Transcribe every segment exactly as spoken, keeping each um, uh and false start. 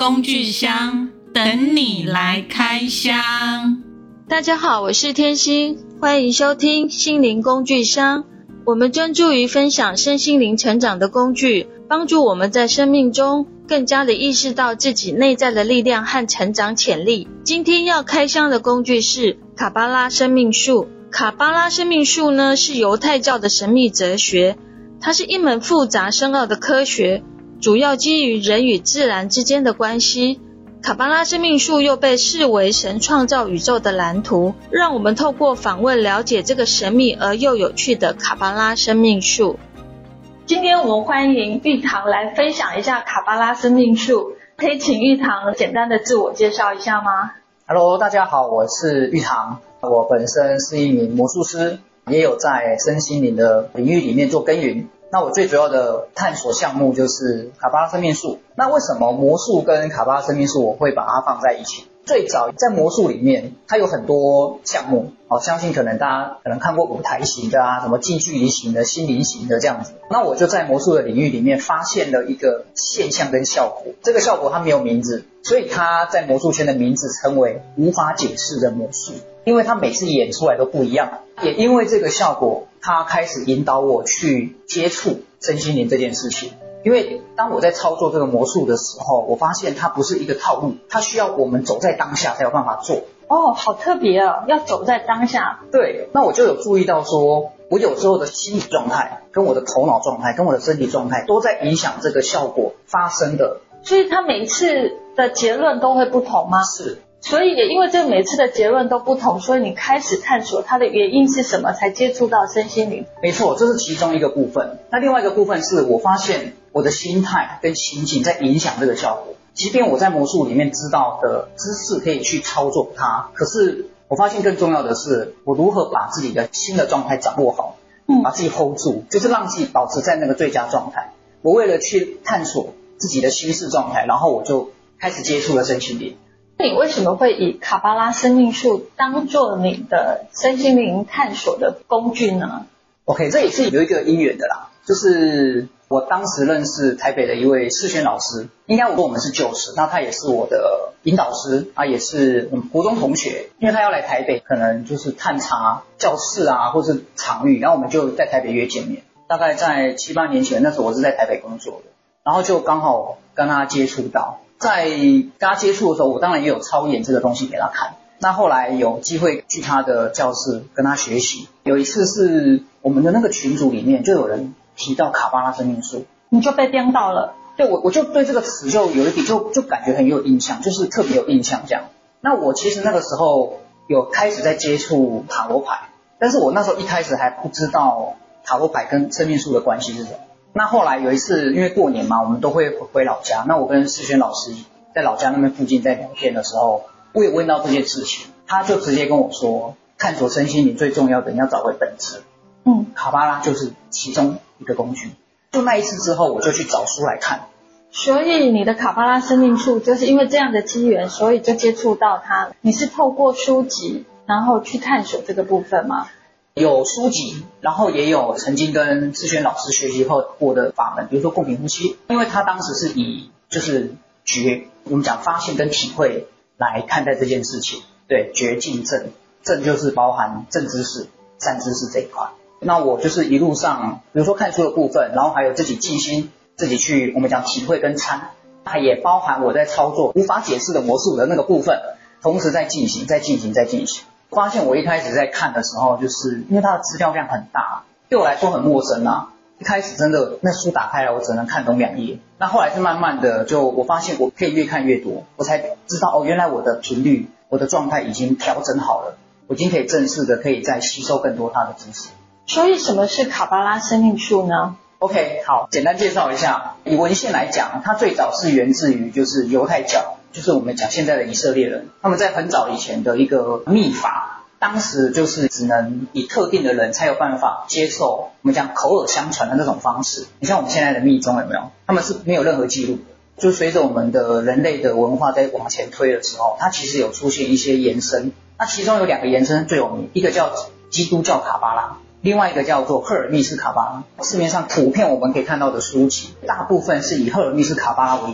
工具箱，等你来开箱。 大家好，我是天心，欢迎收听心灵工具箱。我们专注于分享身心灵成长的工具，帮助我们在生命中更加的意识到自己内在的力量和成长潜力。今天要开箱的工具是卡巴拉生命树。卡巴拉生命树呢，是犹太教的神秘哲学，它是一门复杂深奥的科学，主要基于人与自然之间的关系。卡巴拉生命树又被视为神创造宇宙的蓝图，让我们透过访问了解这个神秘而又有趣的卡巴拉生命树。今天我们欢迎玉堂来分享一下卡巴拉生命树，可以请玉堂简单的自我介绍一下吗？ Hello， 大家好，我是玉堂，我本身是一名魔术师，也有在身心灵的领域里面做耕耘。那我最主要的探索项目就是卡巴拉生命树。那为什么魔术跟卡巴拉生命树我会把它放在一起？最早在魔术里面，它有很多项目，哦，相信可能大家可能看过舞台型的啊，什么近距离型的、心灵型的这样子。那我就在魔术的领域里面发现了一个现象跟效果，这个效果它没有名字，所以它在魔术圈的名字称为无法解释的魔术，因为它每次演出来都不一样。也因为这个效果，它开始引导我去接触身心灵这件事情。因为当我在操作这个魔术的时候，我发现它不是一个套路，它需要我们走在当下才有办法做。 哦，好特别哦，要走在当下。 对，那我就有注意到说，我有时候的心理状态、跟我的头脑状态、跟我的身体状态都在影响这个效果发生的。 所以它每一次的结论都会不同吗？ 是。 所以也因为这个每次的结论都不同，所以你开始探索它的原因是什么，才接触到身心灵。 没错，这是其中一个部分。那另外一个部分是我发现我的心态跟心境在影响这个效果。即便我在魔术里面知道的知识可以去操作它，可是我发现更重要的是我如何把自己的心的状态掌握好，嗯，把自己 hold 住，就是让自己保持在那个最佳状态。我为了去探索自己的心事状态，然后我就开始接触了身心灵。 你为什么会以卡巴拉生命树当作你的身心灵探索的工具呢？ OK， 这也是有一个因缘的啦，就是我当时认识台北的一位世轩老师，应该我跟我们是旧识，那他也是我的引导师啊，也是我们国中同学，因为他要来台北，可能就是探查教室啊，或是场域，然后我们就在台北约见面。大概在七八年前，那时候我是在台北工作的，然后就刚好跟他接触到。在跟他接触的时候，我当然也有操演这个东西给他看。那后来有机会去他的教室跟他学习。有一次是我们的那个群组里面就有人提到卡巴拉生命树， 你就被颠到了。 对，我我就对这个词就有一点就就感觉很有印象，就是特别有印象这样。那我其实那个时候有开始在接触塔罗牌，但是我那时候一开始还不知道塔罗牌跟生命树的关系是什么。那后来有一次，因为过年嘛，我们都会回老家。那我跟世轩老师在老家那边附近在聊天的时候，我也问到这件事情，他就直接跟我说，探索身心灵最重要的你要找回本质。嗯，卡巴拉就是其中一个工具。就那一次之后，我就去找书来看。 所以你的卡巴拉生命树就是因为这样的机缘，所以就接触到它。你是透过书籍，然后去探索这个部分吗？ 有书籍，然后也有曾经跟世轩老师学习后过的法门，比如说共频呼吸，因为他当时是以就是觉，我们讲发现跟体会来看待这件事情。对，觉境正，正就是包含正知识、善知识这一块。那我就是一路上，比如说看书的部分，然后还有自己静心，自己去我们讲体会跟参，它也包含我在操作无法解释的魔术的那个部分，同时在进行，在进行，在进行。发现我一开始在看的时候，就是因为它的资料量很大，对我来说很陌生啊。一开始真的那书打开来，我只能看懂两页。那后来是慢慢的，就我发现我可以越看越多，我才知道哦，原来我的频率、我的状态已经调整好了，我已经可以正式的可以再吸收更多它的知识。 所以什么是卡巴拉生命树呢？ OK， 好，简单介绍一下。以文献来讲，它最早是源自于就是犹太教。就是我们讲现在的以色列人，他们在很早以前的一个秘法，当时就是只能以特定的人才有办法接受我们讲口耳相传的那种方式。你像我们现在的密宗有没有？他们是没有任何记录的。就随着我们的人类的文化在往前推的时候，它其实有出现一些延伸。那其中有两个延伸最有名，一个叫基督教卡巴拉，另外一个叫做赫尔密斯卡巴拉。市面上普遍我们可以看到的书籍，大部分是以赫尔密斯卡巴拉为主。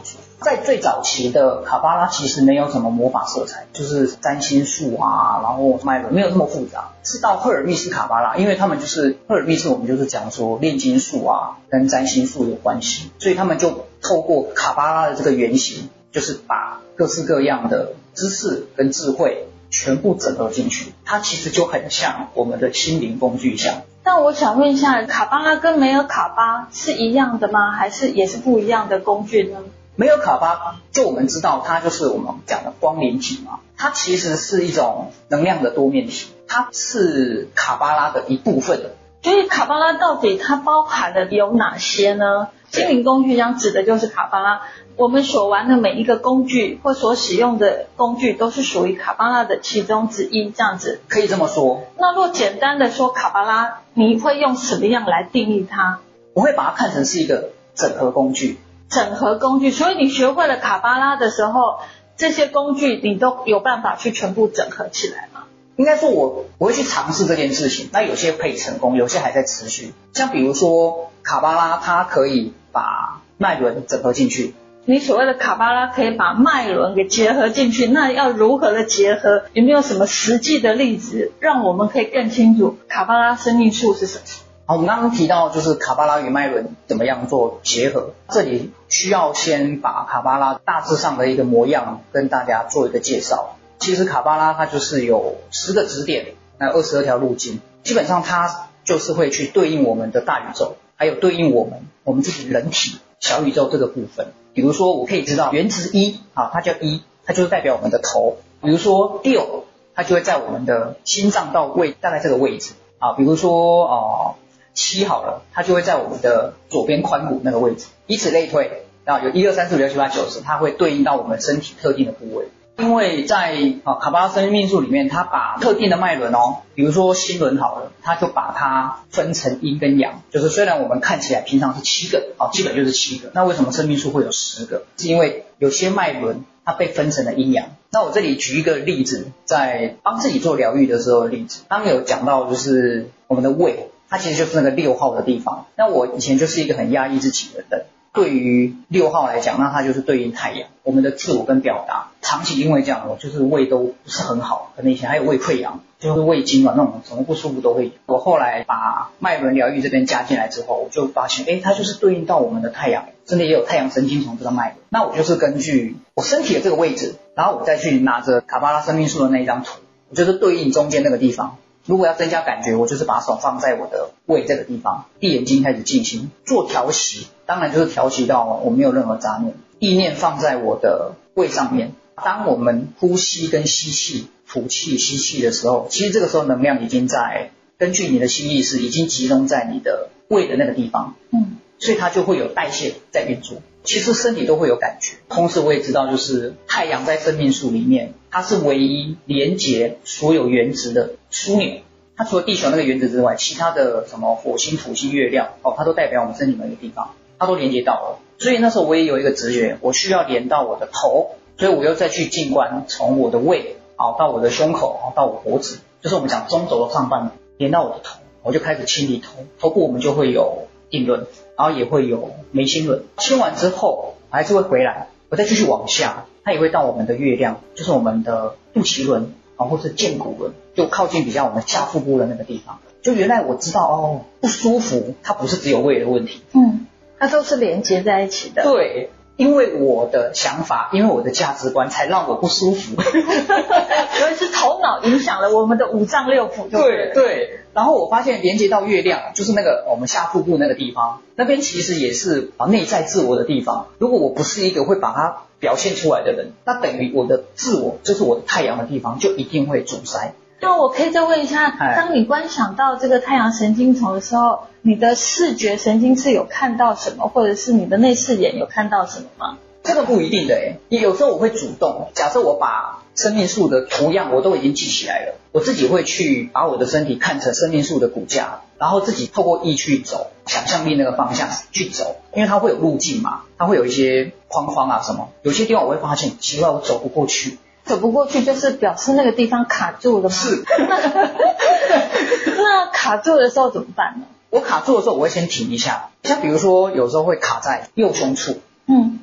在最早期的卡巴拉其实没有什么魔法色彩，就是占星术啊，然后脉轮没有那么复杂。是到赫尔密斯卡巴拉，因为他们就是赫尔密斯，我们就是讲说炼金术啊跟占星术有关系，所以他们就透过卡巴拉的这个原型，就是把各式各样的知识跟智慧全部整合进去，它其实就很像我们的心灵工具箱。 那我想问一下，卡巴拉跟梅尔卡巴是一样的吗？还是也是不一样的工具呢？ 梅尔卡巴就我们知道它就是我们讲的光灵体嘛，它其实是一种能量的多面体，它是卡巴拉的一部分。 所以卡巴拉到底它包含的有哪些呢？心灵工具箱指的就是卡巴拉，我们所玩的每一个工具或所使用的工具都是属于卡巴拉的其中之一，这样子可以这么说。 那若简单的说卡巴拉，你会用什么样来定义它？ 我会把它看成是一个整合工具。 整合工具，所以你学会了卡巴拉的时候，这些工具你都有办法去全部整合起来吗？ 应该说我我会去尝试这件事情，那有些可以成功，有些还在持续。像比如说卡巴拉，它可以把脉轮整合进去。 你所谓的卡巴拉可以把脉轮给结合进去，那要如何的结合？有没有什么实际的例子，让我们可以更清楚卡巴拉生命数是什么？ 好，我们刚刚提到就是卡巴拉与脉轮怎么样做结合，这里需要先把卡巴拉大致上的一个模样跟大家做一个介绍。其实卡巴拉它就是有十个指点，还有二十二条路径，基本上它就是会去对应我们的大宇宙，还有对应我们我们自己人体小宇宙这个部分。比如说我可以知道原子一啊，它叫一，它就是代表我们的头。比如说六，它就会在我们的心脏到胃大概这个位置啊。比如说哦。七好了，它就会在我们的左边髋骨那个位置，以此类推，然后有一二三四五六七八九十，它会对应到我们身体特定的部位。因为在啊卡巴拉生命数里面，它把特定的脉轮哦，比如说心轮好了，它就把它分成阴跟阳，就是虽然我们看起来平常是七个，哦，基本就是七个，那为什么生命数会有十个？是因为有些脉轮它被分成了阴阳。那我这里举一个例子，在帮自己做疗愈的时候的例子，刚有讲到就是我们的胃。它其实就是那个六号的地方。那我以前就是一个很压抑自己的人，对于六号来讲，那它就是对应太阳，我们的自我跟表达。长期因为这样，我就是胃都不是很好，可能以前还有胃溃疡，就是胃痉挛那种什么不舒服都会有。我后来把脉轮疗愈这边加进来之后，我就发现，哎，它就是对应到我们的太阳，真的也有太阳神经丛这个脉轮。那我就是根据我身体的这个位置，然后我再去拿着卡巴拉生命树的那一张图，我就是对应中间那个地方。如果要增加感觉，我就是把手放在我的胃这个地方，闭眼睛开始静心做调息，当然就是调息到我没有任何杂念，意念放在我的胃上面。当我们呼吸跟吸气，吐气吸气的时候，其实这个时候能量已经在根据你的心意识已经集中在你的胃的那个地方，嗯，所以它就会有代谢在运作。其实身体都会有感觉，同时我也知道就是太阳在生命树里面，它是唯一连接所有原子的枢纽。它除了地球那个原子之外，其他的什么火星、土星、月亮哦，它都代表我们身体某一个地方，它都连接到了。所以那时候我也有一个直觉，我需要连到我的头，所以我又再去静观，从我的胃哦到我的胸口哦到我脖子，就是我们讲中轴的上半部连到我的头，我就开始清理头，头部我们就会有顶轮，然后也会有眉心轮。清完之后还是会回来，我再继续往下，它也会到我们的月亮，就是我们的肚脐轮啊，或是剑骨轮，就靠近比较我们下腹部的那个地方。就原来我知道哦，不舒服，它不是只有胃的问题，嗯， 它都是连接在一起的。 对，因为我的想法，因为我的价值观，才让我不舒服。 所以是头脑影响了我们的五脏六腑。 对对。然后我发现连接到月亮，就是那个我们下腹部那个地方，那边其实也是内在自我的地方。如果我不是一个会把它表现出来的人，那等于我的自我就是我的太阳的地方，就一定会阻塞。 那我可以再问一下，当你观想到这个太阳神经丛的时候，你的视觉神经是有看到什么，或者是你的内视眼有看到什么吗？ 这个不一定的诶，有时候我会主动，假设我把生命树的图样我都已经记起来了，我自己会去把我的身体看成生命树的骨架，然后自己透过意去走，想象力那个方向去走，因为它会有路径嘛，它会有一些框框啊什么，有些地方我会发现奇怪我走不过去， 走不过去就是表示那个地方卡住了吗？ 是。 那卡住的时候怎么办呢？ 我卡住的时候我会先停一下，像比如说有时候会卡在右胸处，嗯，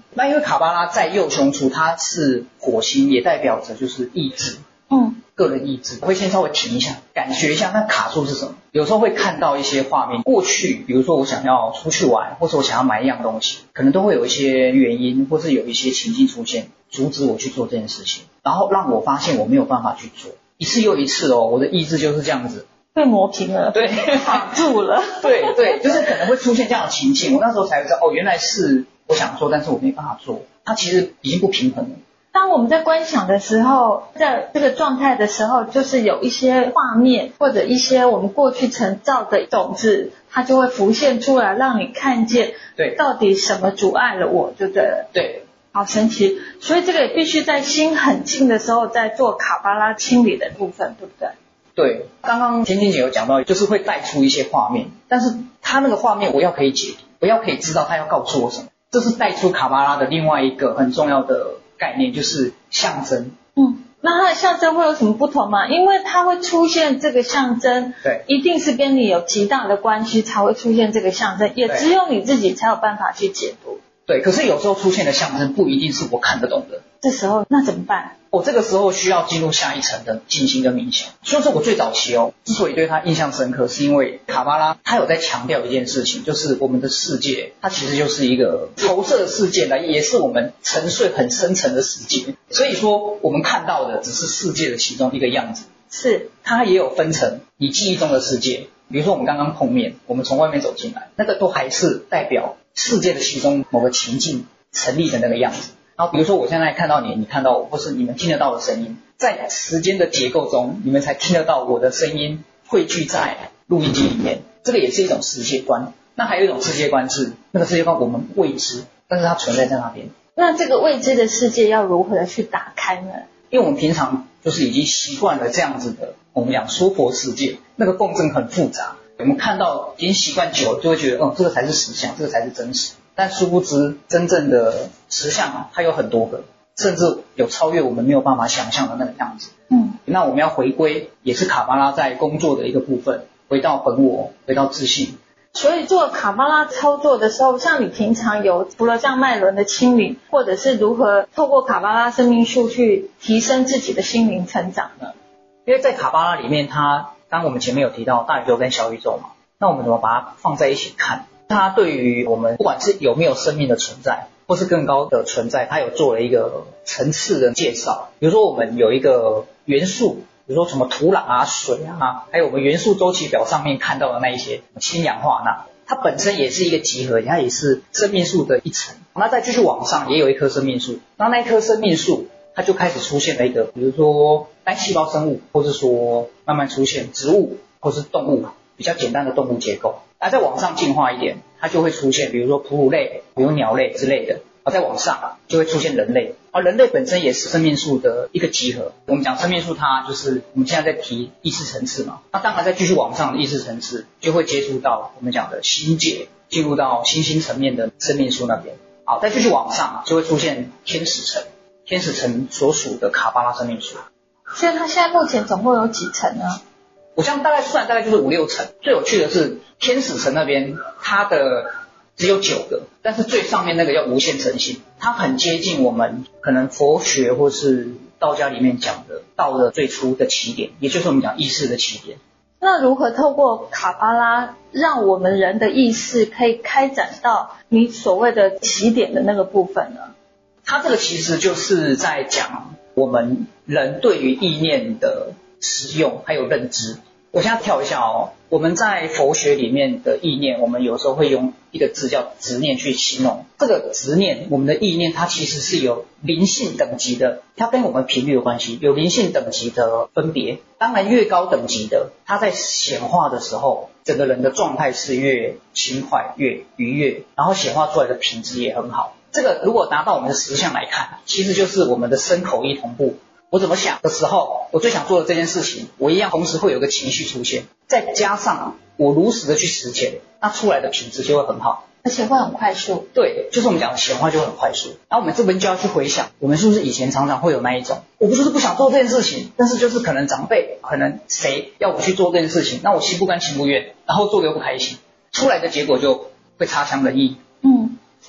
那因为卡巴拉在右胸处，它是火星，也代表着就是意志， 嗯， 个人意志。我会先稍微停一下，感觉一下那卡住是什么。有时候会看到一些画面，过去比如说我想要出去玩，或者我想要买一样东西，可能都会有一些原因，或是有一些情境出现，阻止我去做这件事情，然后让我发现我没有办法去做，一次又一次哦，我的意志就是这样子被磨平了， 对， 卡住了， 对对，就是可能会出现这样的情境。我那时候才知道，哦，原来是我想做，但是我没办法做，它其实已经不平衡了。 当我们在观想的时候，在这个状态的时候，就是有一些画面或者一些我们过去曾造的种子，它就会浮现出来，让你看见， 对， 到底什么阻碍了我，就对了。 对， 好神奇。所以这个也必须在心很静的时候，在做卡巴拉清理的部分，对不对？ 对，刚刚甜甜姐有讲到，就是会带出一些画面，但是他那个画面我要可以解读，我要可以知道他要告诉我什么，这是带出卡巴拉的另外一个很重要的概念，就是象征。 嗯，那它的象征会有什么不同吗？因为它会出现这个象征， 对， 一定是跟你有极大的关系才会出现这个象征，也只有你自己才有办法去解读。 对，可是有时候出现的象征不一定是我看得懂的。 这时候那怎么办？ 我这个时候需要进入下一层的静心跟冥想。所以说我最早期哦，之所以对他印象深刻，是因为卡巴拉他有在强调一件事情，就是我们的世界，它其实就是一个投射的世界呢，也是我们沉睡很深层的世界。所以说我们看到的只是世界的其中一个样子， 是它也有分成你记忆中的世界。比如说我们刚刚碰面，我们从外面走进来，那个都还是代表世界的其中某个情境成立的那个样子。然后比如说我现在看到你，你看到我，或是你们听得到的声音，在时间的结构中，你们才听得到我的声音汇聚在录音机里面，这个也是一种世界观。那还有一种世界观是，那个世界观我们未知，但是它存在在那边。 那这个未知的世界要如何的去打开呢？ 因为我们平常就是已经习惯了这样子的，我们讲娑婆世界，那个共振很复杂，我们看到已经习惯久了，就会觉得，嗯，这个才是实相，这个才是真实。但殊不知，真正的实相它有很多个，甚至有超越我们没有办法想象的那个样子。 嗯， 那我们要回归，也是卡巴拉在工作的一个部分，回到本我，回到自信。 所以做卡巴拉操作的时候，像你平常有除了像脉轮的清理，或者是如何透过卡巴拉生命树去提升自己的心灵成长呢？ 因为在卡巴拉里面，它刚我们前面有提到大宇宙跟小宇宙嘛，那我们怎么把它放在一起看？它对于我们不管是有没有生命的存在，或是更高的存在，它有做了一个层次的介绍。比如说我们有一个元素，比如说什么土壤啊、水啊，还有我们元素周期表上面看到的那一些氢氧化钠，它本身也是一个集合，它也是生命树的一层。那再继续往上也有一棵生命树，那那一棵生命树它就开始出现了一个，比如说单细胞生物，或是说慢慢出现植物或是动物，比较简单的动物结构。那再往上进化一点，它就会出现比如说哺乳类，比如鸟类之类的。而再往上就会出现人类，而人类本身也是生命树的一个集合。我们讲生命树，它就是我们现在在提意识层次嘛，那当然再继续往上的意识层次就会接触到我们讲的星界，进入到星星层面的生命树那边。好，再继续往上就会出现天使层，天使层所属的卡巴拉生命树。 所以它现在目前总共有几层呢？ 我这样大概算大概就是五六层。最有趣的是天使层那边，它的只有九个，但是最上面那个叫无限诚信，它很接近我们可能佛学或是道家里面讲的道的最初的起点，也就是我们讲意识的起点。 那如何透过卡巴拉让我们人的意识可以开展到你所谓的起点的那个部分呢？ 它这个其实就是在讲我们人对于意念的使用还有认知。我现在跳一下哦，我们在佛学里面的意念，我们有时候会用一个字叫执念去形容。这个执念，我们的意念，它其实是有灵性等级的，它跟我们频率有关系，有灵性等级的分别。当然越高等级的，它在显化的时候，整个人的状态是越轻快越愉悦，然后显化出来的品质也很好。这个如果拿到我们的实相来看，其实就是我们的身口意同步。我怎么想的时候，我最想做的这件事情，我一样同时会有个情绪出现，再加上我如实的去实践，那出来的品质就会很好， 而且会很快速。 对，就是我们讲的显化就会很快速。然后我们这边就要去回想，我们是不是以前常常会有那一种，我不就是不想做这件事情，但是就是可能长辈，可能谁要我去做这件事情，那我心不甘情不愿，然后做的又不开心，出来的结果就会差强人意。 嗯，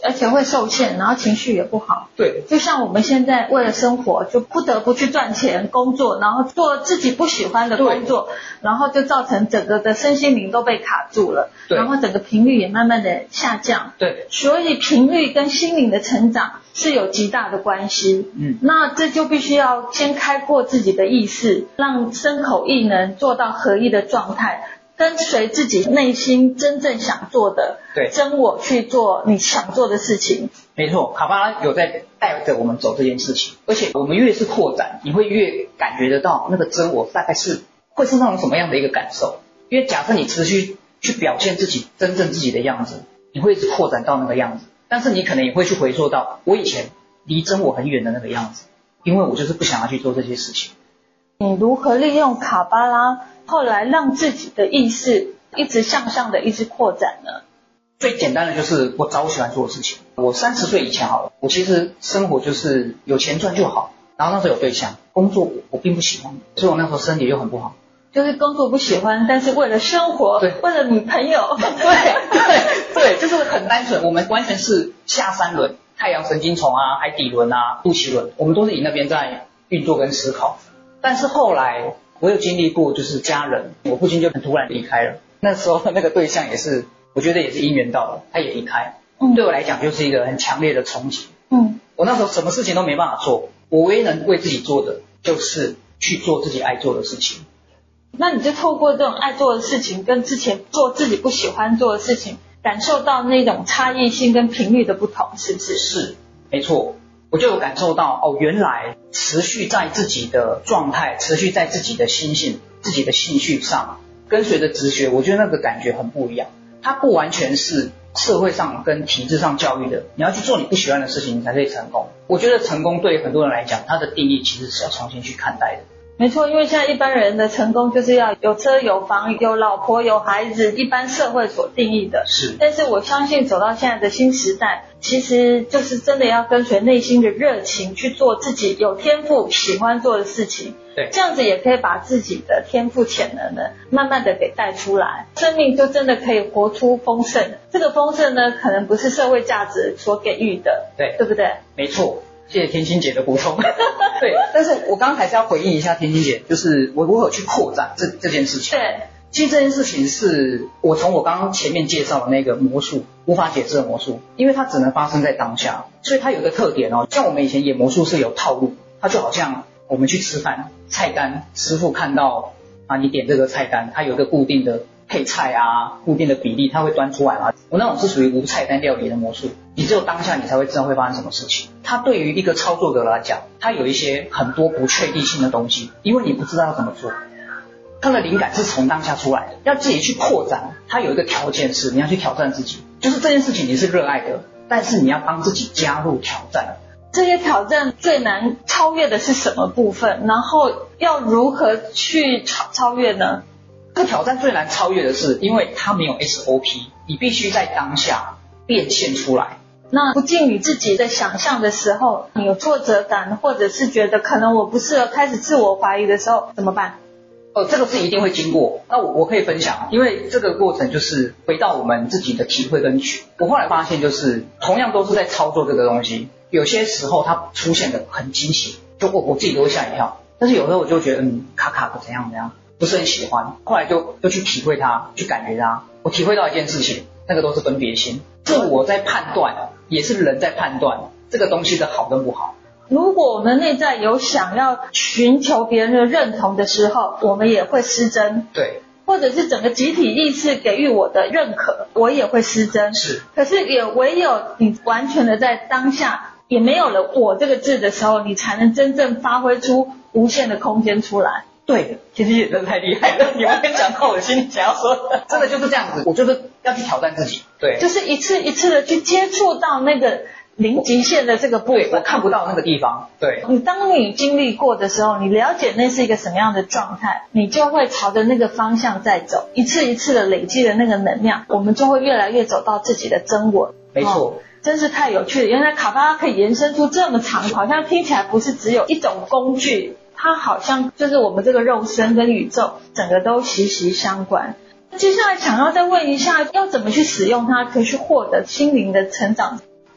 而且会受限，然后情绪也不好。 对， 就像我们现在为了生活，就不得不去赚钱工作，然后做自己不喜欢的工作，然后就造成整个的身心灵都被卡住了，然后整个频率也慢慢的下降。 对， 所以频率跟心灵的成长是有极大的关系。嗯，那这就必须要先开阔自己的意识，让身口意能做到合一的状态，跟随自己内心真正想做的对真我去做你想做的事情。 没错，卡巴拉有在带着我们走这件事情，而且我们越是扩展，你会越感觉得到那个真我大概是会是那种什么样的一个感受。因为假设你持续去表现自己真正自己的样子，你会一直扩展到那个样子，但是你可能也会去回溯到我以前离真我很远的那个样子，因为我就是不想要去做这些事情。 你如何利用卡巴拉后来让自己的意识一直向上的一直扩展呢？ 最简单的就是我找我喜欢做的事情。我三十岁以前好了，我其实生活就是有钱赚就好，然后那时候有对象，工作我并不喜欢，所以我那时候身体又很不好。 就是工作不喜欢，但是为了生活， 对， 为了女朋友， 对对对，就是很单纯。我们完全是下三轮，太阳神经丛啊、海底轮啊、肚脐轮，我们都是以那边在运作跟思考。但是后来我有经历过，就是家人，我父亲就很突然离开了。那时候那个对象也是，我觉得也是因缘到了，他也离开。嗯，对我来讲就是一个很强烈的冲击。嗯，我那时候什么事情都没办法做，我唯一能为自己做的就是去做自己爱做的事情。 那你就透过这种爱做的事情，跟之前做自己不喜欢做的事情，感受到那种差异性跟频率的不同，是不是？ 是，没错。我就有感受到，哦，原来持续在自己的状态，持续在自己的心性、自己的兴趣上，跟随着直觉，我觉得那个感觉很不一样。它不完全是社会上跟体制上教育的，你要去做你不喜欢的事情，你才可以成功。我觉得成功对很多人来讲，它的定义其实是要重新去看待的。 没错，因为现在一般人的成功就是要有车有房有老婆有孩子，一般社会所定义的。 是。 但是我相信走到现在的新时代，其实就是真的要跟随内心的热情去做自己有天赋喜欢做的事情。 对。 这样子也可以把自己的天赋潜能呢，慢慢的给带出来，生命就真的可以活出丰盛。这个丰盛呢，可能不是社会价值所给予的。 对。 对不对？ 没错。谢谢天心姐的补充。对，但是我刚刚还是要回应一下天心姐，就是我如何去扩展这这件事情。 对， 其实这件事情是我从我刚刚前面介绍的那个魔术无法解释的魔术，因为它只能发生在当下，所以它有一个特点哦，像我们以前演魔术是有套路，它就好像我们去吃饭，菜单师傅看到啊你点这个菜单，它有一个固定的配菜啊，固定的比例，它会端出来嘛。我那种是属于无菜单料理的魔术，你只有当下你才会知道会发生什么事情。它对于一个操作者来讲，它有一些很多不确定性的东西，因为你不知道要怎么做。它的灵感是从当下出来的，要自己去扩展。它有一个条件是你要去挑战自己，就是这件事情你是热爱的，但是你要帮自己加入挑战。 这些挑战最难超越的是什么部分？然后要如何去超超越呢？ 这个挑战最难超越的是，因为它没有 S O P， 你必须在当下变现出来。 那不尽你自己的想象的时候，你有挫折感，或者是觉得可能我不适合，开始自我怀疑的时候，怎么办？ 哦，这个是一定会经过。那我我可以分享，因为这个过程就是回到我们自己的体会跟取。我后来发现，就是同样都是在操作这个东西，有些时候它出现的很惊喜，就我我自己都会吓一跳。但是有时候我就觉得，嗯，卡卡的怎样怎样。不是很喜欢，后来就就去体会它，去感觉它。我体会到一件事情，那个都是分别心，是我在判断，也是人在判断这个东西的好跟不好。 如果我们内在有想要寻求别人的认同的时候，我们也会失真。 对。 或者是整个集体意识给予我的认可，我也会失真。 是。 可是也唯有你完全的在当下，也没有了我这个字的时候，你才能真正发挥出无限的空间出来。 对，天心姐真的太厉害了，你完全讲到我心里想要说的，真的就是这样子，我就是要去挑战自己，对， 就是一次一次的去接触到那个零极限的这个部分， 我看不到那个地方，对。 你当你经历过的时候，你了解那是一个什么样的状态，你就会朝着那个方向在走，一次一次的累积的那个能量，我们就会越来越走到自己的真我。 没错。 哦，真是太有趣了，原来卡巴拉可以延伸出这么长，好像听起来不是只有一种工具，它好像就是我们这个肉身跟宇宙整个都息息相关。接下来想要再问一下，要怎么去使用它，可以去获得心灵的成长？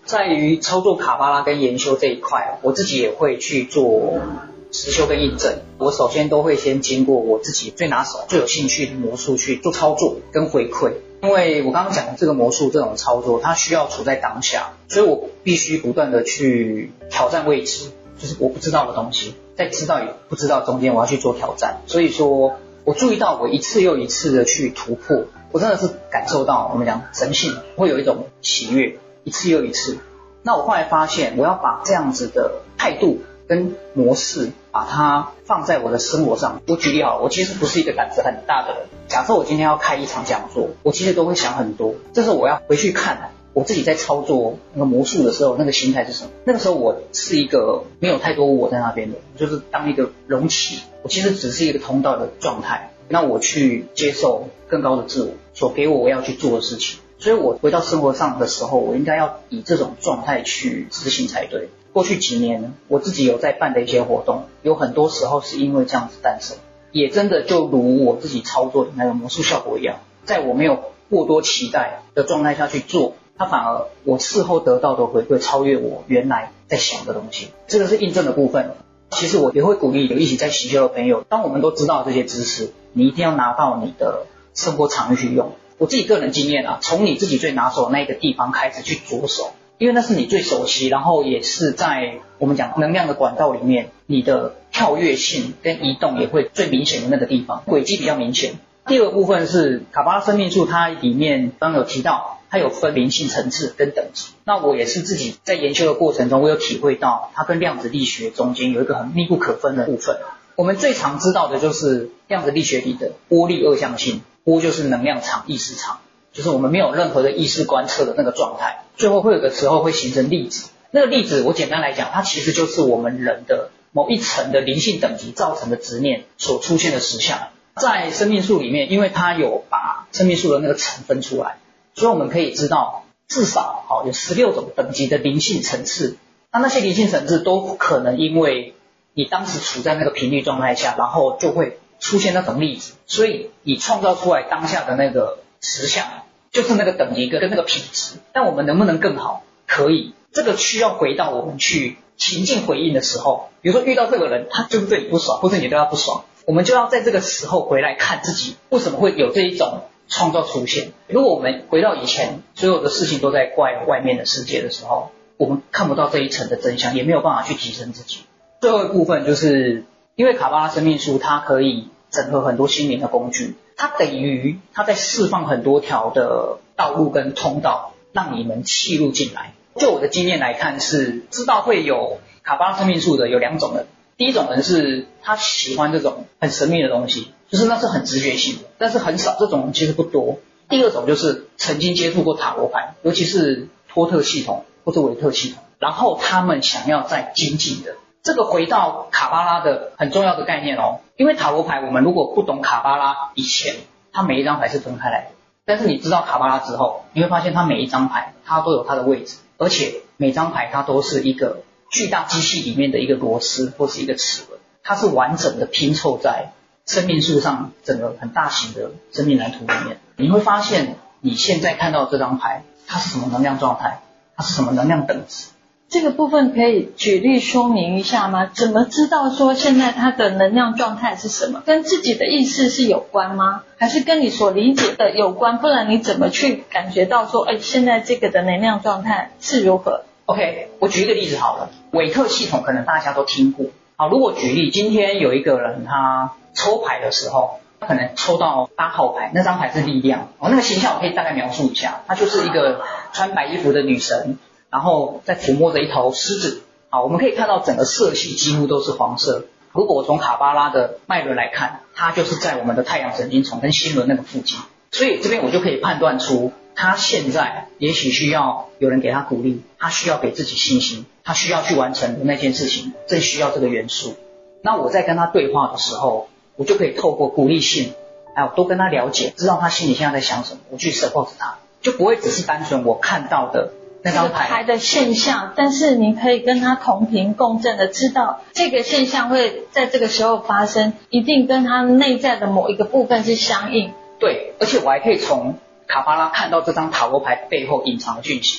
在于操作卡巴拉跟研修这一块，我自己也会去做实修跟印证。我首先都会先经过我自己最拿手、最有兴趣的魔术去做操作跟回馈。因为我刚刚讲的这个魔术这种操作，它需要处在当下，所以我必须不断的去挑战未知，就是我不知道的东西，在知道与不知道中间我要去做挑战。所以说我注意到我一次又一次的去突破，我真的是感受到我们讲神性会有一种喜悦，一次又一次。那我后来发现，我要把这样子的态度跟模式把它放在我的生活上。我举例好了，我其实不是一个胆子很大的人，假设我今天要开一场讲座，我其实都会想很多，这是我要回去看我自己在操作那个魔术的时候那个心态是什么。那个时候我是一个没有太多我在那边的，就是当一个容器，我其实只是一个通道的状态，那我去接受更高的自我所给我我要去做的事情。所以我回到生活上的时候，我应该要以这种状态去执行才对。过去几年呢，我自己有在办的一些活动，有很多时候是因为这样子诞生，也真的就如我自己操作的那个魔术效果一样，在我没有过多期待的状态下去做，它反而我事后得到的回馈超越我原来在想的东西，这个是印证的部分。其实我也会鼓励有一起在习修的朋友，当我们都知道这些知识，你一定要拿到你的生活场域去用。我自己个人经验啊，从你自己最拿手的那个地方开始去着手，因为那是你最熟悉，然后也是在我们讲能量的管道里面，你的跳跃性跟移动也会最明显的那个地方，轨迹比较明显。第二个部分是卡巴拉生命树，它里面刚刚有提到它有分灵性层次跟等级，那我也是自己在研究的过程中，我有体会到它跟量子力学中间有一个很密不可分的部分。我们最常知道的就是量子力学里的波粒二象性，波就是能量场、意识场，就是我们没有任何的意识观测的那个状态，最后会有个时候会形成粒子。那个粒子我简单来讲，它其实就是我们人的某一层的灵性等级造成的执念所出现的实相。在生命树里面，因为它有把生命树的那个层分出来，所以我们可以知道至少好有十六种等级的灵性层次。那那些灵性层次都可能因为你当时处在那个频率状态下，然后就会出现那种粒子，所以你创造出来当下的那个实相就是那个等级跟那个品质。但我们能不能更好？可以，这个需要回到我们去情境回应的时候，比如说遇到这个人他就是对你不爽，或者你对他不爽，我们就要在这个时候回来看自己为什么会有这一种创造出现。如果我们回到以前所有的事情都在怪外面的世界的时候，我们看不到这一层的真相，也没有办法去提升自己。最后一部分就是因为卡巴拉生命树它可以整合很多心灵的工具，它等于它在释放很多条的道路跟通道让你们契入进来。就我的经验来看，是知道会有卡巴拉生命树的有两种人。第一种人是他喜欢这种很神秘的东西，就是那是很直觉性的，但是很少，这种人其实不多。第二种就是曾经接触过塔罗牌，尤其是托特系统或者韦特系统，然后他们想要再精进的。这个回到卡巴拉的很重要的概念哦，因为塔罗牌我们如果不懂卡巴拉以前，它每一张牌是分开来的，但是你知道卡巴拉之后，你会发现它每一张牌它都有它的位置，而且每张牌它都是一个巨大机器里面的一个螺丝或是一个齿轮，它是完整的拼凑在生命树上整个很大型的生命蓝图里面。你会发现你现在看到这张牌它是什么能量状态，它是什么能量等级。 这个部分可以举例说明一下吗？怎么知道说现在它的能量状态是什么？跟自己的意识是有关吗？还是跟你所理解的有关？不然你怎么去感觉到说，哎，现在这个的能量状态是如何？ OK， 我举一个例子好了，韦特系统可能大家都听过。好，如果举例，今天有一个人他抽牌的时候，他可能抽到八号牌，那张牌是力量。哦，那个形象我可以大概描述一下，她就是一个穿白衣服的女神，然后在抚摸着一头狮子。好，我们可以看到整个色系几乎都是黄色。如果我从卡巴拉的脉轮来看，它就是在我们的太阳神经丛跟心轮那个附近，所以这边我就可以判断出他现在也许需要有人给他鼓励，他需要给自己信心，他需要去完成的那件事情正需要这个元素。那我在跟他对话的时候，我就可以透过鼓励性还有多跟他了解，知道他心里现在在想什么，我去 support 他，就不会只是单纯我看到的那张牌，这个牌的现象，但是你可以跟他同频共振的知道这个现象会在这个时候发生，一定跟他内在的某一个部分是相应。 对，而且我还可以从卡巴拉看到这张塔罗牌背后隐藏的讯息，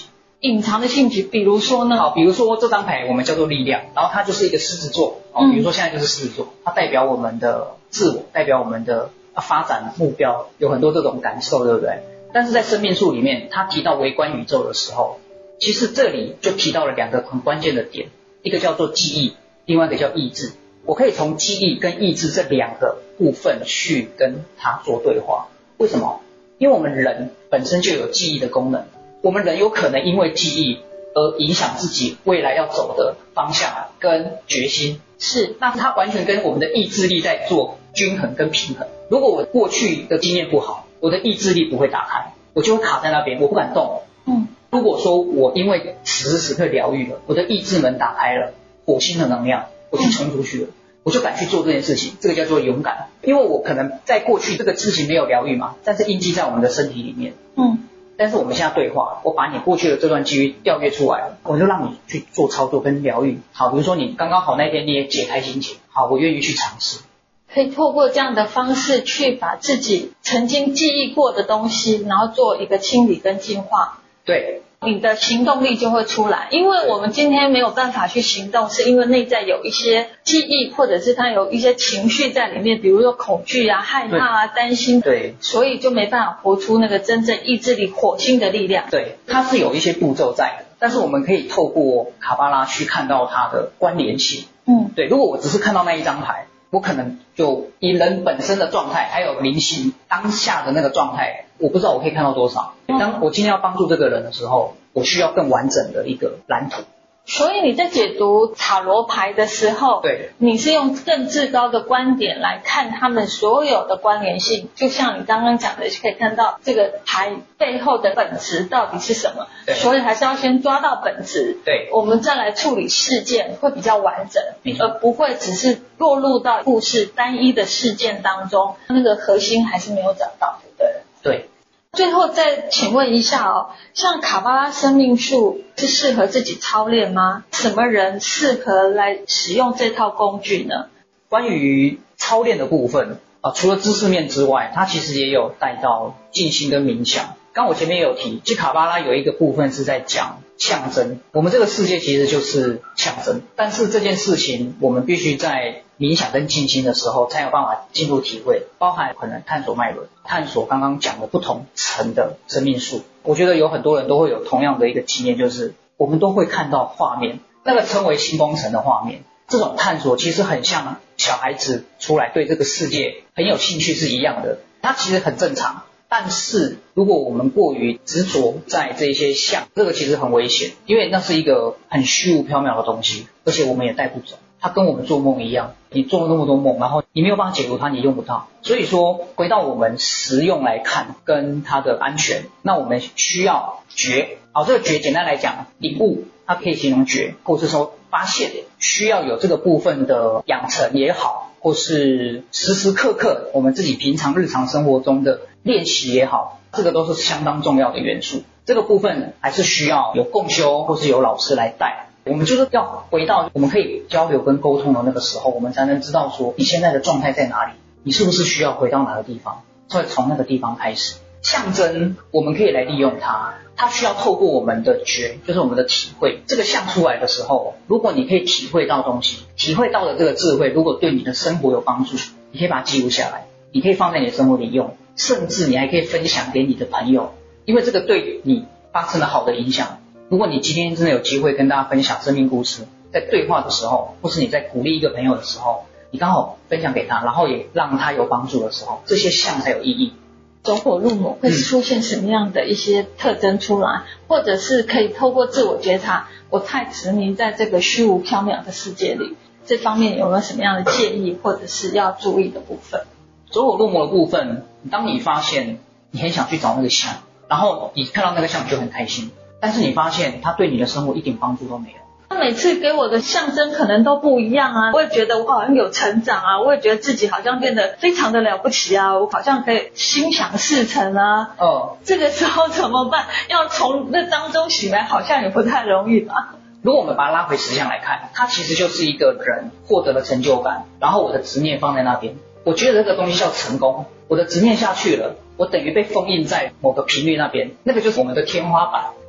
隐藏的性质，比如说呢？ 好，比如说这张牌我们叫做力量，然后它就是一个狮子座，哦，比如说现在就是狮子座，它代表我们的自我，代表我们的发展目标，有很多这种感受，对不对？但是在生命树里面，它提到微观宇宙的时候，其实这里就提到了两个很关键的点，一个叫做记忆，另外一个叫意志。我可以从记忆跟意志这两个部分去跟它做对话。为什么？因为我们人本身就有记忆的功能，我们人有可能因为记忆而影响自己未来要走的方向跟决心，是，那它完全跟我们的意志力在做均衡跟平衡。如果我过去的经验不好，我的意志力不会打开，我就会卡在那边，我不敢动。嗯，如果说我因为此时此刻疗愈了，我的意志门打开了，火星的能量，我就冲出去了，我就敢去做这件事情，这个叫做勇敢。因为我可能在过去这个事情没有疗愈嘛，但是印记在我们的身体里面。嗯，但是我们现在对话，我把你过去的这段机遇调阅出来了，我就让你去做操作跟疗愈。好，比如说你刚刚好那天你也解开心结，好，我愿意去尝试。 可以透过这样的方式去把自己曾经记忆过的东西，然后做一个清理跟净化。 对， 你的行动力就会出来。因为我们今天没有办法去行动，是因为内在有一些记忆，或者是它有一些情绪在里面，比如说恐惧啊、害怕啊、担心， 对， 所以就没办法活出那个真正意志力火星的力量。 对，它是有一些步骤在的，但是我们可以透过卡巴拉去看到它的关联性。嗯，对，如果我只是看到那一张牌，我可能就以人本身的状态，还有灵性当下的那个状态，我不知道我可以看到多少。当我今天要帮助这个人的时候，我需要更完整的一个蓝图。 所以你在解读塔罗牌的时候，对，你是用更至高的观点来看他们所有的关联性，就像你刚刚讲的，可以看到这个牌背后的本质到底是什么。所以还是要先抓到本质，对，我们再来处理事件会比较完整，而不会只是落入到故事单一的事件当中，那个核心还是没有找到，对不对？ 对。 最后再请问一下哦，像卡巴拉生命树是适合自己操练吗？什么人适合来使用这套工具呢？ 关于操练的部分啊、呃，除了知识面之外，它其实也有带到静心跟冥想。刚我前面也有提，其实卡巴拉有一个部分是在讲象征，我们这个世界其实就是象征，但是这件事情我们必须在冥想跟静心的时候才有办法进入体会，包含可能探索脉轮，探索刚刚讲的不同层的生命树。我觉得有很多人都会有同样的一个经验，就是我们都会看到画面，那个称为星光层的画面。这种探索其实很像小孩子出来对这个世界很有兴趣是一样的，它其实很正常。但是如果我们过于执着在这些相，这个其实很危险，因为那是一个很虚无缥缈的东西，而且我们也带不走。它跟我们做梦一样，你做了那么多梦，然后你没有办法解读它，你用不到。所以说回到我们实用来看跟它的安全，那我们需要觉。好，这个觉简单来讲，领悟它可以形容觉，或是说发现，需要有这个部分的养成也好，或是时时刻刻我们自己平常日常生活中的练习也好，这个都是相当重要的元素。这个部分还是需要有共修或是有老师来带。我们就是要回到我们可以交流跟沟通的那个时候，我们才能知道说你现在的状态在哪里，你是不是需要回到哪个地方，所以从那个地方开始。象征我们可以来利用它，它需要透过我们的觉，就是我们的体会。这个象出来的时候，如果你可以体会到东西，体会到的这个智慧，如果对你的生活有帮助，你可以把它记录下来，你可以放在你的生活里用，甚至你还可以分享给你的朋友，因为这个对你发生了好的影响。如果你今天真的有机会跟大家分享生命故事，在对话的时候，或是你在鼓励一个朋友的时候，你刚好分享给他，然后也让他有帮助的时候，这些象才有意义。 走火入魔会出现什么样的一些特征出来、嗯、或者是可以透过自我觉察，我太执迷在这个虚无缥缈的世界里，这方面有没有什么样的建议或者是要注意的部分？ 走火入魔的部分，当你发现你很想去找那个象，然后你看到那个象你就很开心，但是你发现它对你的生活一点帮助都没有。 他每次给我的象征可能都不一样啊，我也觉得我好像有成长啊，我也觉得自己好像变得非常的了不起啊，我好像可以心想事成啊。哦，这个时候怎么办？要从那当中醒来好像也不太容易吧。 如果我们把它拉回实相来看，它其实就是一个人获得了成就感，然后我的执念放在那边，我觉得这个东西叫成功，我的执念下去了，我等于被封印在某个频率那边，那个就是我们的天花板。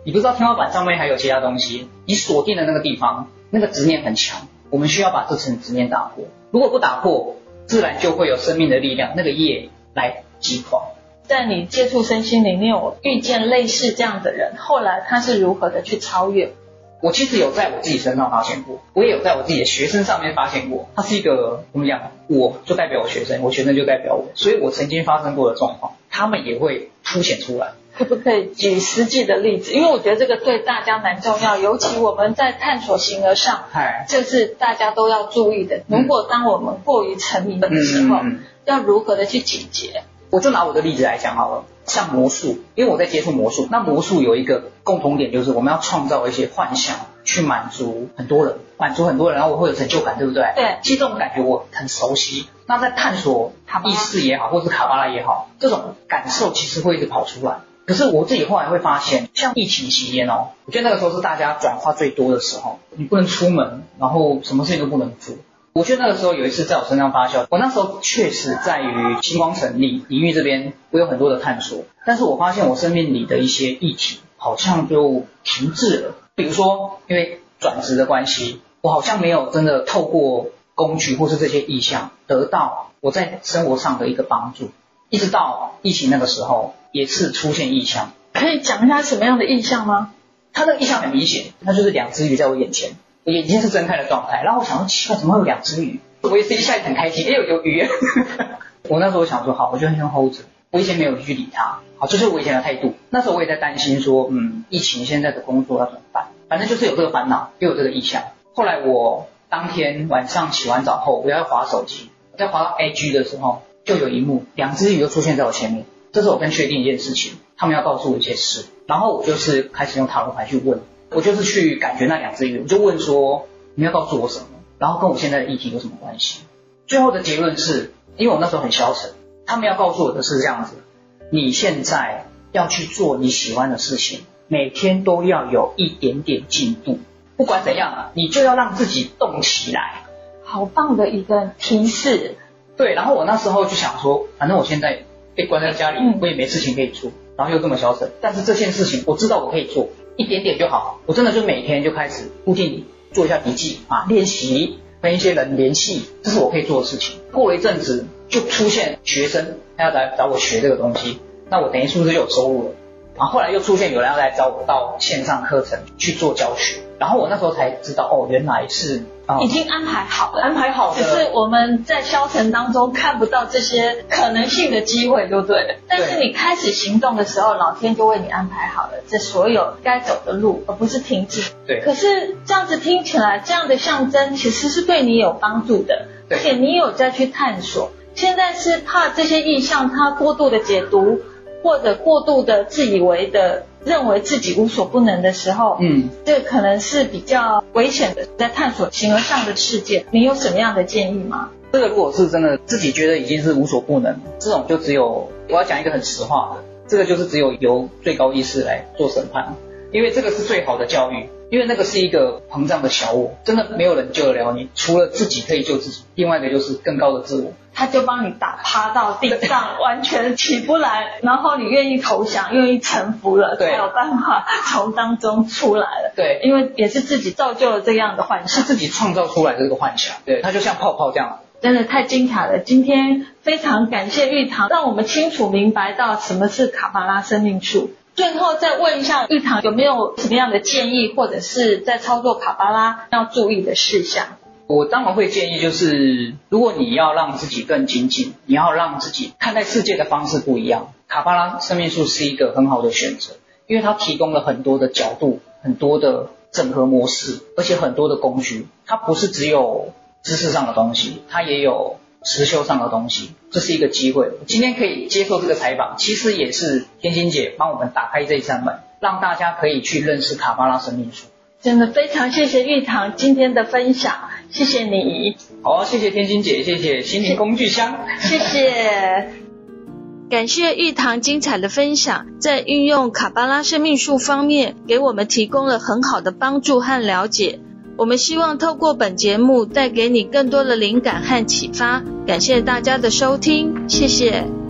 你不知道天花板上面还有其他东西，你锁定的那个地方，那个执念很强，我们需要把这层执念打破。如果不打破，自然就会有生命的力量，那个业来击垮。 在你接触身心灵，你有遇见类似这样的人，后来他是如何的去超越？ 我其实有在我自己身上发现过，我也有在我自己的学生上面发现过。他是一个怎么讲？我就代表我学生，我学生就代表我，所以我曾经发生过的状况，他们也会凸显出来。 可不可以举实际的例子？因为我觉得这个对大家蛮重要，尤其我们在探索形而上，这是大家都要注意的。如果当我们过于沉迷的时候，嗯、要如何的去解决？ 我就拿我的例子来讲好了，像魔术，因为我在接触魔术，那魔术有一个共同点，就是我们要创造一些幻象，去满足很多人，满足很多人，然后我会有成就感，对不对？ 对。 其实这种感觉我很熟悉。那在探索意识也好，或是卡巴拉也好，这种感受其实会一直跑出来。可是我自己后来会发现，像疫情期间哦，我觉得那个时候是大家转化最多的时候，你不能出门，然后什么事情都不能做。我觉得那个时候有一次在我身上发酵，我那时候确实在于星光城领领域这边，我有很多的探索，但是我发现我生命里的一些议题好像就停滞了。比如说，因为转职的关系，我好像没有真的透过工具或是这些意象得到我在生活上的一个帮助。一直到疫情那个时候，也是出现异象。 可以讲一下什么样的异象吗？ 它的异象很明显，它就是两只鱼在我眼前，我眼睛是睁开的状态。然后我想说，奇怪，怎么会有两只鱼？我也是一下子很开心，哎，有有鱼。我那时候想说，好，我就先 hold 着。我以前没有去理它，好，这就是我以前的态度。那时候我也在担心说，嗯，疫情现在的工作要怎么办？反正就是有这个烦恼，又有这个异象。后来我当天晚上洗完澡后，我要滑手机，我在滑到 I G 的时候，就有一幕，两只鱼就出现在我前面。这是我更确定一件事情，他们要告诉我一些事。然后我就是开始用塔罗牌去问，我就是去感觉那两只鱼，我就问说，你要告诉我什么？然后跟我现在的议题有什么关系？最后的结论是，因为我那时候很消沉，他们要告诉我的是这样子，你现在要去做你喜欢的事情，每天都要有一点点进度，不管怎样啊，你就要让自己动起来。 好棒的一个提示。 对，然后我那时候就想说，反正我现在被关在家里，我也没事情可以做，然后又这么消沉，但是这件事情我知道我可以做，一点点就好。我真的就每天就开始固定做一下笔记啊，练习跟一些人联系，这是我可以做的事情。过了一阵子，就出现学生他要来找我学这个东西，那我等于是不是就有收入了？然后后来又出现有人要来找我到线上课程去做教学，然后我那时候才知道，哦，原来是、嗯、 已经安排好了， 安排好的， 只是我们在消沉当中看不到这些可能性的机会，对不对？但是你开始行动的时候，老天就为你安排好了这所有该走的路，而不是停滞。 对。 可是这样子听起来，这样的象征其实是对你有帮助的，而且你有在去探索。现在是怕这些意象它过度的解读，或者过度的自以为的认为自己无所不能的时候，嗯，这可能是比较危险的，在探索形而上的世界。你有什么样的建议吗？ 这个如果是真的自己觉得已经是无所不能，这种就只有，我要讲一个很实话的，这个就是只有由最高意识来做审判，因为这个是最好的教育。因为那个是一个膨胀的小我，真的没有人救得了你，除了自己可以救自己，另外一个就是更高的自我， 他就帮你打趴到地上，完全起不来，然后你愿意投降，愿意臣服了，才有办法从当中出来了。 对， 因为也是自己造就了这样的幻想， 是自己创造出来的这个幻想。对，它就像泡泡这样。 真的太精彩了！今天非常感谢玉堂，让我们清楚明白到什么是卡巴拉生命树。最后再问一下玉堂，有没有什么样的建议，或者是在操作卡巴拉要注意的事项？ 我当然会建议，就是如果你要让自己更精进，你要让自己看待世界的方式不一样，卡巴拉生命树是一个很好的选择，因为它提供了很多的角度，很多的整合模式，而且很多的工具。它不是只有知识上的东西，它也有实修上的东西，这是一个机会。今天可以接受这个采访，其实也是天心姐帮我们打开这一扇门，让大家可以去认识卡巴拉生命树。 真的非常谢谢玉堂今天的分享，谢谢你。 好，谢谢天心姐，谢谢心灵工具箱， 谢谢。 感谢玉堂精彩的分享，在运用卡巴拉生命树方面给我们提供了很好的帮助和了解。我们希望透过本节目带给你更多的灵感和启发，感谢大家的收听，谢谢。